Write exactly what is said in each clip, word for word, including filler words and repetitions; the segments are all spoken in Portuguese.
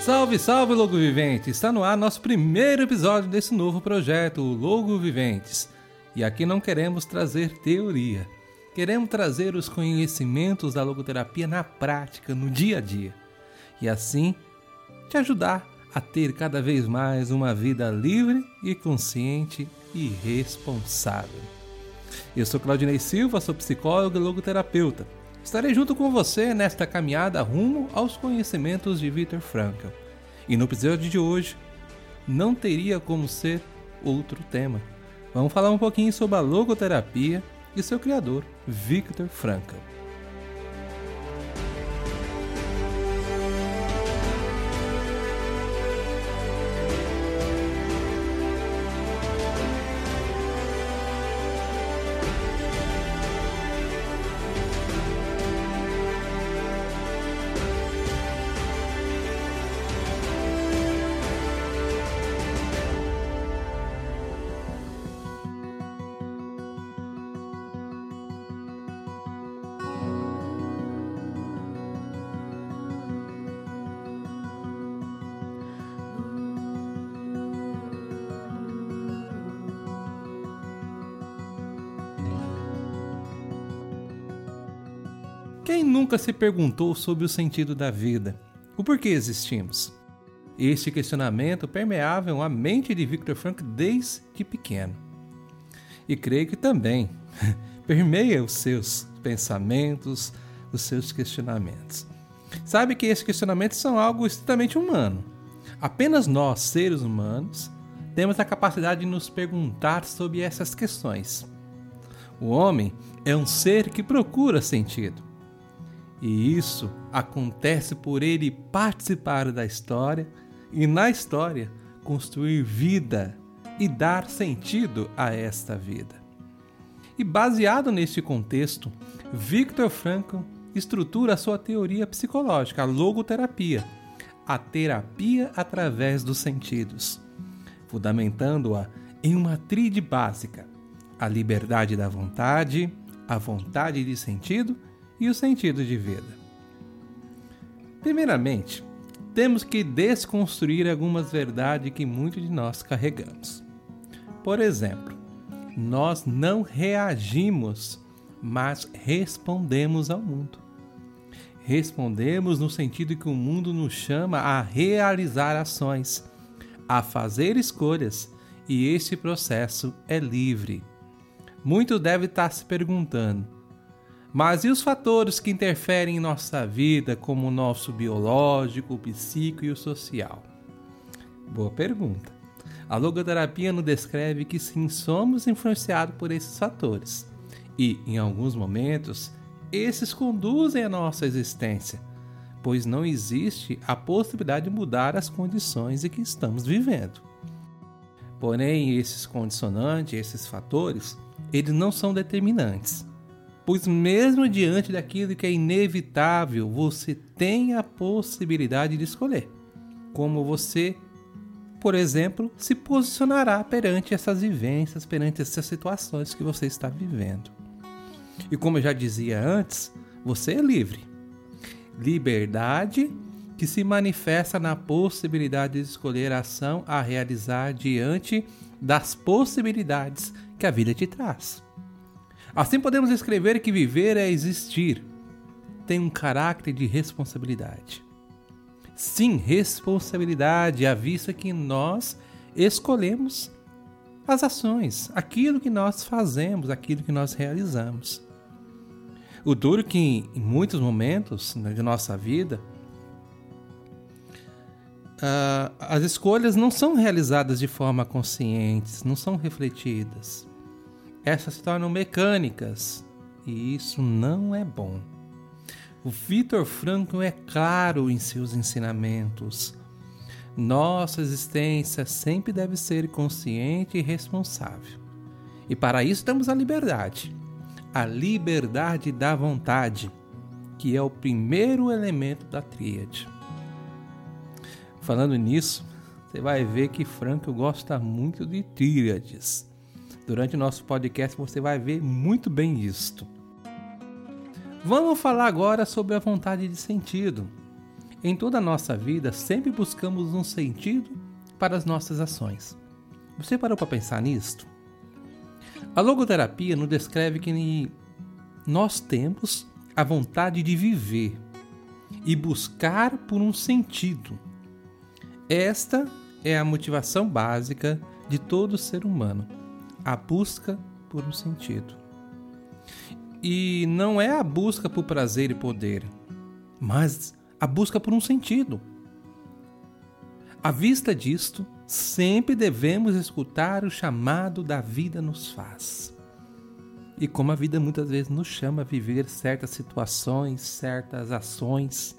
Salve, salve, Logo Vivente! Está no ar nosso primeiro episódio desse novo projeto, o Logo Viventes. E aqui não queremos trazer teoria. Queremos trazer os conhecimentos da logoterapia na prática, no dia a dia. E assim, te ajudar a ter cada vez mais uma vida livre e consciente e responsável. Eu sou Claudinei Silva, sou psicólogo e logoterapeuta. Estarei junto com você nesta caminhada rumo aos conhecimentos de Viktor Frankl. E no episódio de hoje, não teria como ser outro tema. Vamos falar um pouquinho sobre a logoterapia e seu criador, Viktor Frankl. Quem nunca se perguntou sobre o sentido da vida? O porquê existimos? Este questionamento permeava a mente de Viktor Frankl desde pequeno. E creio que também permeia os seus pensamentos, os seus questionamentos. Sabe que esses questionamentos são algo estritamente humano. Apenas nós, seres humanos, temos a capacidade de nos perguntar sobre essas questões. O homem é um ser que procura sentido. E isso acontece por ele participar da história e, na história, construir vida e dar sentido a esta vida. E baseado neste contexto, Viktor Frankl estrutura a sua teoria psicológica, a logoterapia, a terapia através dos sentidos, fundamentando-a em uma tríade básica: a liberdade da vontade, a vontade de sentido e o sentido de vida. Primeiramente, temos que desconstruir algumas verdades que muitos de nós carregamos. Por exemplo, nós não reagimos, mas respondemos ao mundo. Respondemos no sentido que o mundo nos chama a realizar ações, a fazer escolhas, e este processo é livre. Muitos devem estar se perguntando: mas e os fatores que interferem em nossa vida, como o nosso biológico, o psíquico e o social? Boa pergunta. A logoterapia nos descreve que sim, somos influenciados por esses fatores. E, em alguns momentos, esses conduzem a nossa existência, pois não existe a possibilidade de mudar as condições em que estamos vivendo. Porém, esses condicionantes, esses fatores, eles não são determinantes. Pois mesmo diante daquilo que é inevitável, você tem a possibilidade de escolher como você, por exemplo, se posicionará perante essas vivências, perante essas situações que você está vivendo. E como eu já dizia antes, você é livre. Liberdade que se manifesta na possibilidade de escolher a ação a realizar diante das possibilidades que a vida te traz. Assim podemos escrever que viver é existir. Tem um caráter de responsabilidade. Sim, responsabilidade, à vista que nós escolhemos as ações, aquilo que nós fazemos, aquilo que nós realizamos. O duro que em muitos momentos de nossa vida, uh, as escolhas não são realizadas de forma consciente, não são refletidas. Essas se tornam mecânicas, e isso não é bom. O Viktor Frankl é claro em seus ensinamentos. Nossa existência sempre deve ser consciente e responsável. E para isso temos a liberdade. A liberdade da vontade, que é o primeiro elemento da tríade. Falando nisso, você vai ver que Frankl gosta muito de tríades. Durante o nosso podcast você vai ver muito bem isto. Vamos falar agora sobre a vontade de sentido. Em toda a nossa vida, sempre buscamos um sentido para as nossas ações. Você parou para pensar nisto? A logoterapia nos descreve que nós temos a vontade de viver e buscar por um sentido. Esta é a motivação básica de todo ser humano, a busca por um sentido. E não é a busca por prazer e poder, mas a busca por um sentido. À vista disto, sempre devemos escutar o chamado da vida nos faz. E como a vida muitas vezes nos chama a viver certas situações, certas ações.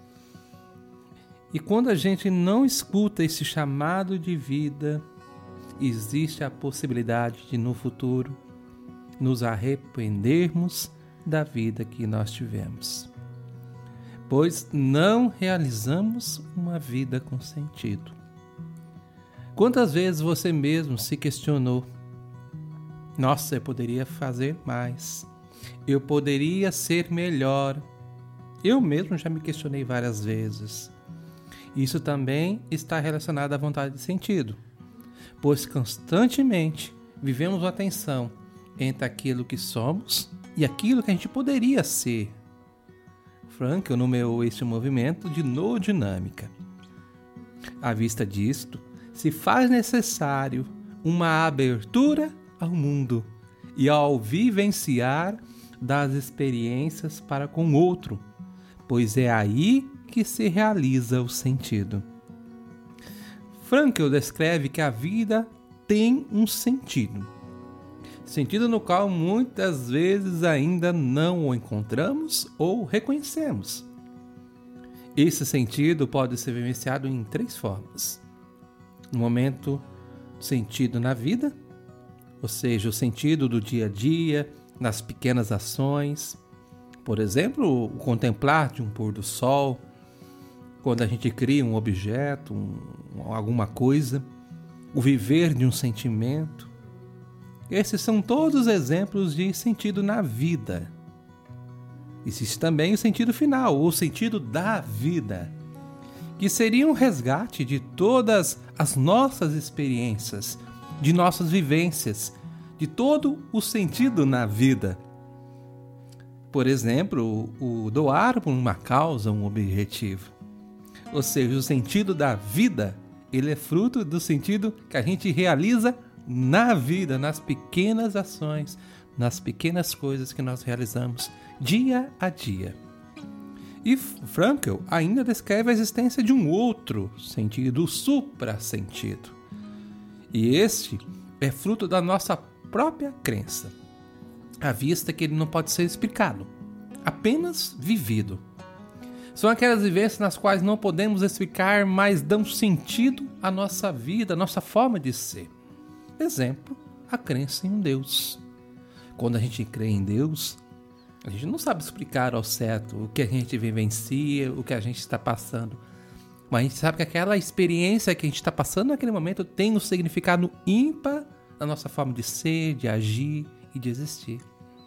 E quando a gente não escuta esse chamado de vida, existe a possibilidade de no futuro nos arrependermos da vida que nós tivemos, pois não realizamos uma vida com sentido. Quantas vezes você mesmo se questionou: nossa, eu poderia fazer mais, eu poderia ser melhor? Eu mesmo já me questionei várias vezes. Isso também está relacionado à vontade de sentido, pois constantemente vivemos uma tensão entre aquilo que somos e aquilo que a gente poderia ser. Frankl nomeou este movimento de noodinâmica. À vista disto, se faz necessário uma abertura ao mundo e ao vivenciar das experiências para com o outro, pois é aí que se realiza o sentido. Frankl descreve que a vida tem um sentido, sentido no qual muitas vezes ainda não o encontramos ou reconhecemos. Esse sentido pode ser vivenciado em três formas. No momento, sentido na vida, ou seja, o sentido do dia a dia, nas pequenas ações. Por exemplo, o contemplar de um pôr do sol, quando a gente cria um objeto, um, alguma coisa, o viver de um sentimento. Esses são todos exemplos de sentido na vida. Existe também o sentido final, ou o sentido da vida, que seria um resgate de todas as nossas experiências, de nossas vivências, de todo o sentido na vida. Por exemplo, o doar por uma causa, um objetivo. Ou seja, o sentido da vida, ele é fruto do sentido que a gente realiza na vida, nas pequenas ações, nas pequenas coisas que nós realizamos dia a dia. E Frankl ainda descreve a existência de um outro sentido, o suprasentido. E este é fruto da nossa própria crença, à vista que ele não pode ser explicado, apenas vivido. São aquelas vivências nas quais não podemos explicar, mas dão sentido à nossa vida, à nossa forma de ser. Exemplo, a crença em um Deus. Quando a gente crê em Deus, a gente não sabe explicar ao certo o que a gente vivencia, o que a gente está passando. Mas a gente sabe que aquela experiência que a gente está passando naquele momento tem um significado ímpar na nossa forma de ser, de agir e de existir.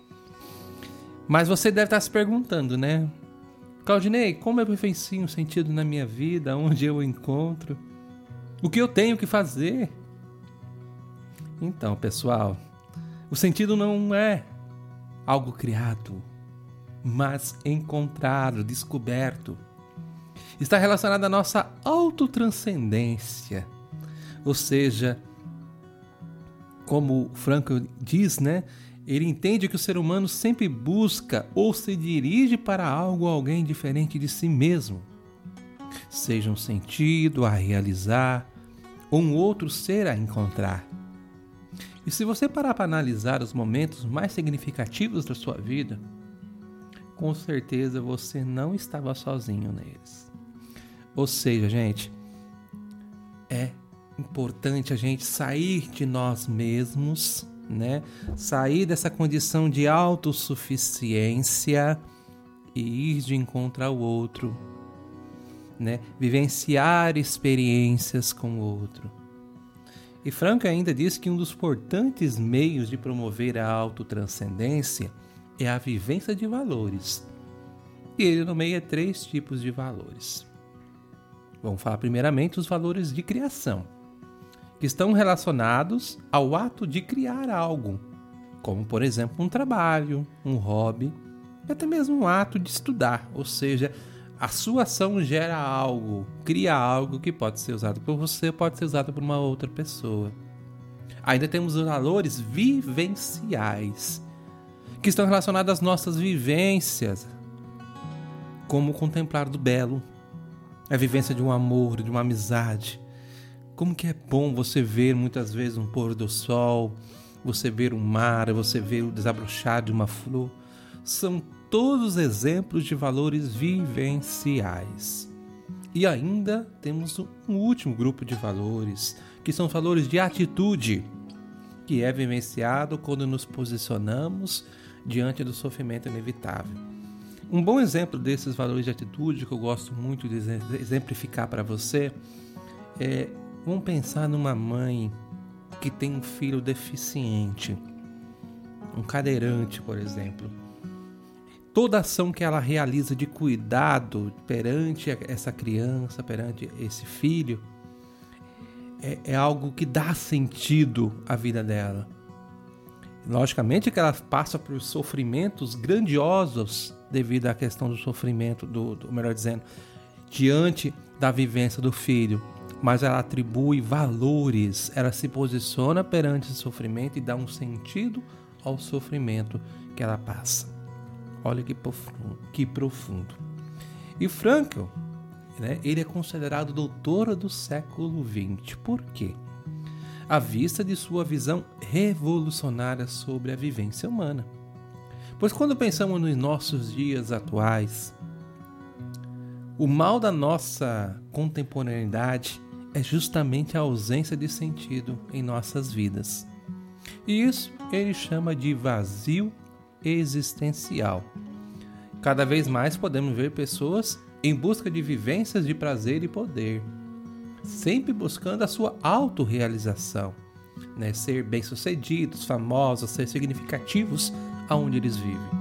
Mas você deve estar se perguntando, né? Claudinei, como eu vivencio um sentido na minha vida? Onde eu o encontro? O que eu tenho que fazer? Então, pessoal, o sentido não é algo criado, mas encontrado, descoberto. Está relacionado à nossa autotranscendência. Ou seja, como Frankl diz, né? Ele entende que o ser humano sempre busca ou se dirige para algo ou alguém diferente de si mesmo. Seja um sentido a realizar ou um outro ser a encontrar. E se você parar para analisar os momentos mais significativos da sua vida, com certeza você não estava sozinho neles. Ou seja, gente, é importante a gente sair de nós mesmos, né? Sair dessa condição de autossuficiência e ir de encontro ao outro, né? Vivenciar experiências com o outro. E Frankl ainda diz que um dos importantes meios de promover a autotranscendência é a vivência de valores. E ele nomeia três tipos de valores. Vamos falar primeiramente os valores de criação, que estão relacionados ao ato de criar algo, como, por exemplo, um trabalho, um hobby, e até mesmo um ato de estudar, ou seja, a sua ação gera algo, cria algo que pode ser usado por você, pode ser usado por uma outra pessoa. Ainda temos os valores vivenciais, que estão relacionados às nossas vivências, como contemplar do belo, a vivência de um amor, de uma amizade. Como que é bom você ver muitas vezes um pôr do sol, você ver o mar, você ver o desabrochar de uma flor. São todos exemplos de valores vivenciais. E ainda temos um último grupo de valores, que são valores de atitude, que é vivenciado quando nos posicionamos diante do sofrimento inevitável. Um bom exemplo desses valores de atitude, que eu gosto muito de exemplificar para você, é, vamos pensar numa mãe que tem um filho deficiente, um cadeirante, por exemplo. Toda ação que ela realiza de cuidado perante essa criança, perante esse filho, é, é algo que dá sentido à vida dela. Logicamente que ela passa por sofrimentos grandiosos devido à questão do sofrimento, do, do, melhor dizendo, diante da vivência do filho. Mas ela atribui valores, ela se posiciona perante esse sofrimento e dá um sentido ao sofrimento que ela passa. Olha que profundo. Que profundo. E Frankl, né, ele é considerado doutor do século vinte. Por quê? À vista de sua visão revolucionária sobre a vivência humana. Pois quando pensamos nos nossos dias atuais, o mal da nossa contemporaneidade é justamente a ausência de sentido em nossas vidas. E isso ele chama de vazio existencial. Cada vez mais podemos ver pessoas em busca de vivências de prazer e poder, sempre buscando a sua autorrealização, né? Ser bem-sucedidos, famosos, ser significativos aonde eles vivem.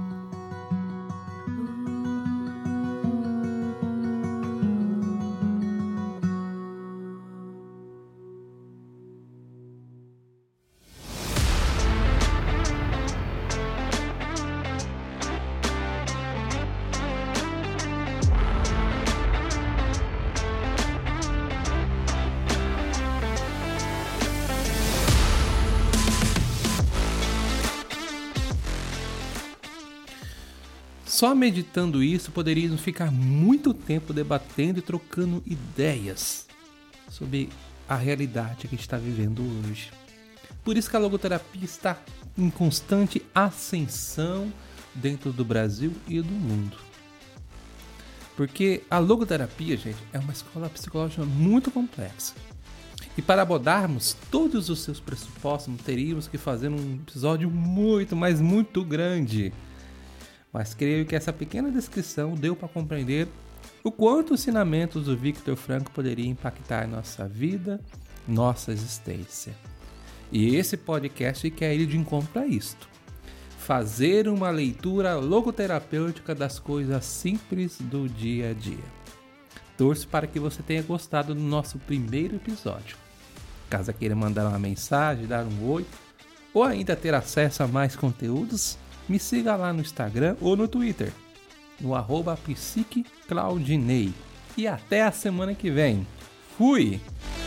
Só meditando isso, poderíamos ficar muito tempo debatendo e trocando ideias sobre a realidade que está vivendo hoje. Por isso que a logoterapia está em constante ascensão dentro do Brasil e do mundo. Porque a logoterapia, gente, é uma escola psicológica muito complexa. E para abordarmos todos os seus pressupostos, teríamos que fazer um episódio muito, mas muito grande. Mas creio que essa pequena descrição deu para compreender o quanto os ensinamentos do Viktor Frankl poderiam impactar nossa vida, nossa existência. E esse podcast quer ir de encontro a isto. Fazer uma leitura logoterapêutica das coisas simples do dia a dia. Torço para que você tenha gostado do nosso primeiro episódio. Caso queira mandar uma mensagem, dar um oi, ou ainda ter acesso a mais conteúdos, me siga lá no Instagram ou no Twitter, no arroba psiqueclaudinei. E até a semana que vem. Fui!